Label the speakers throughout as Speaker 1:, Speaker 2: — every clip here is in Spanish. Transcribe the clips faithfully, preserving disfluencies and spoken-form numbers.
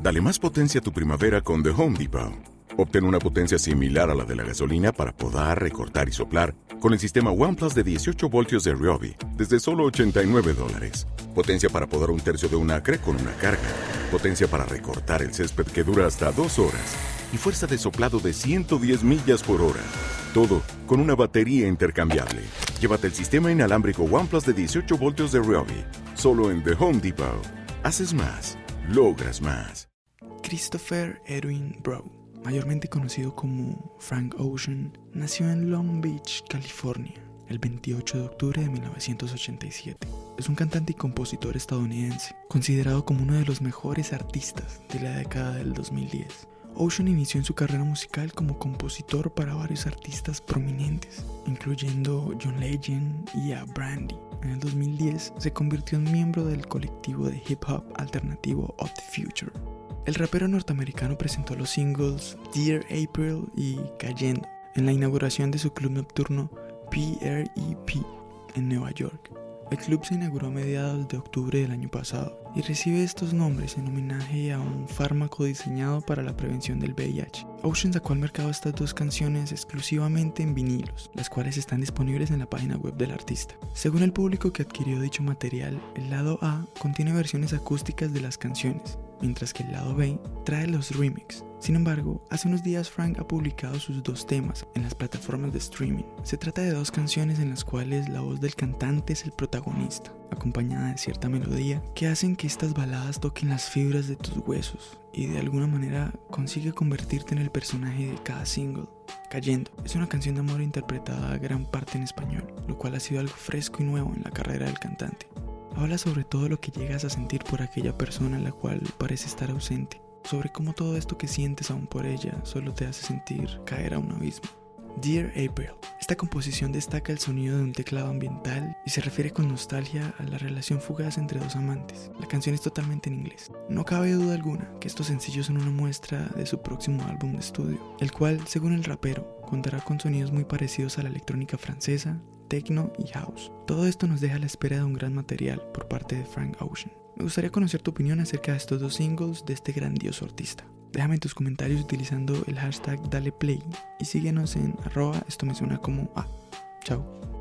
Speaker 1: Dale más potencia a tu primavera con The Home Depot. Obtén una potencia similar a la de la gasolina para podar, recortar y soplar con el sistema OnePlus de dieciocho voltios de Ryobi desde solo ochenta y nueve dólares. Potencia para podar un tercio de un acre con una carga. Potencia para recortar el césped que dura hasta dos horas. Y fuerza de soplado de ciento diez millas por hora. Todo con una batería intercambiable. Llévate el sistema inalámbrico OnePlus de dieciocho voltios de Ryobi. Solo en The Home Depot. Haces más. Logras más.
Speaker 2: Christopher Edwin Brough, mayormente conocido como Frank Ocean, nació en Long Beach, California, el veintiocho de octubre de mil novecientos ochenta y siete. Es un cantante y compositor estadounidense, considerado como uno de los mejores artistas de la década del dos mil diez. Ocean inició en su carrera musical como compositor para varios artistas prominentes, incluyendo John Legend y a Brandy. En el dos mil diez se convirtió en miembro del colectivo de hip hop alternativo Of The Future. El rapero norteamericano presentó los singles Dear April y Cayendo en la inauguración de su club nocturno P R E P en Nueva York. El club se inauguró a mediados de octubre del año pasado y recibe estos nombres en homenaje a un fármaco diseñado para la prevención del V I H. Ocean sacó al mercado estas dos canciones exclusivamente en vinilos, las cuales están disponibles en la página web del artista. Según el público que adquirió dicho material, el lado A contiene versiones acústicas de las canciones, mientras que el lado B trae los remix. Sin embargo, hace unos días Frank ha publicado sus dos temas en las plataformas de streaming. Se trata de dos canciones en las cuales la voz del cantante es el protagonista, acompañada de cierta melodía que hacen que estas baladas toquen las fibras de tus huesos y de alguna manera consigue convertirte en el personaje de cada single. Cayendo es una canción de amor interpretada gran parte en español, lo cual ha sido algo fresco y nuevo en la carrera del cantante. Habla sobre todo lo que llegas a sentir por aquella persona en la cual parece estar ausente, sobre cómo todo esto que sientes aún por ella solo te hace sentir caer a un abismo. Dear April. Esta composición destaca el sonido de un teclado ambiental y se refiere con nostalgia a la relación fugaz entre dos amantes. La canción es totalmente en inglés. No cabe duda alguna que estos sencillos son una muestra de su próximo álbum de estudio, el cual, según el rapero, contará con sonidos muy parecidos a la electrónica francesa, techno y house. Todo esto nos deja a la espera de un gran material por parte de Frank Ocean. Me gustaría conocer tu opinión acerca de estos dos singles de este grandioso artista. Déjame tus comentarios utilizando el hashtag DalePlay y síguenos en arroba esto me suena como a. Chao.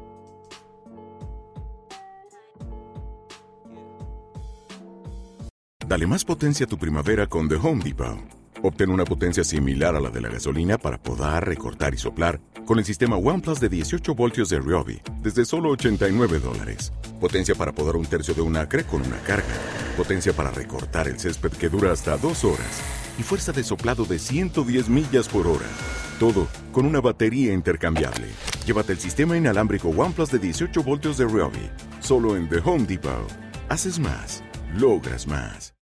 Speaker 1: Dale más potencia a tu primavera con The Home Depot. Obtén una potencia similar a la de la gasolina para podar, recortar y soplar con el sistema OnePlus de dieciocho voltios de Ryobi desde solo ochenta y nueve dólares. Potencia para podar un tercio de un acre con una carga. Potencia para recortar el césped que dura hasta dos horas. Y fuerza de soplado de ciento diez millas por hora. Todo con una batería intercambiable. Llévate el sistema inalámbrico OnePlus de dieciocho voltios de Ryobi. Solo en The Home Depot. Haces más. Logras más.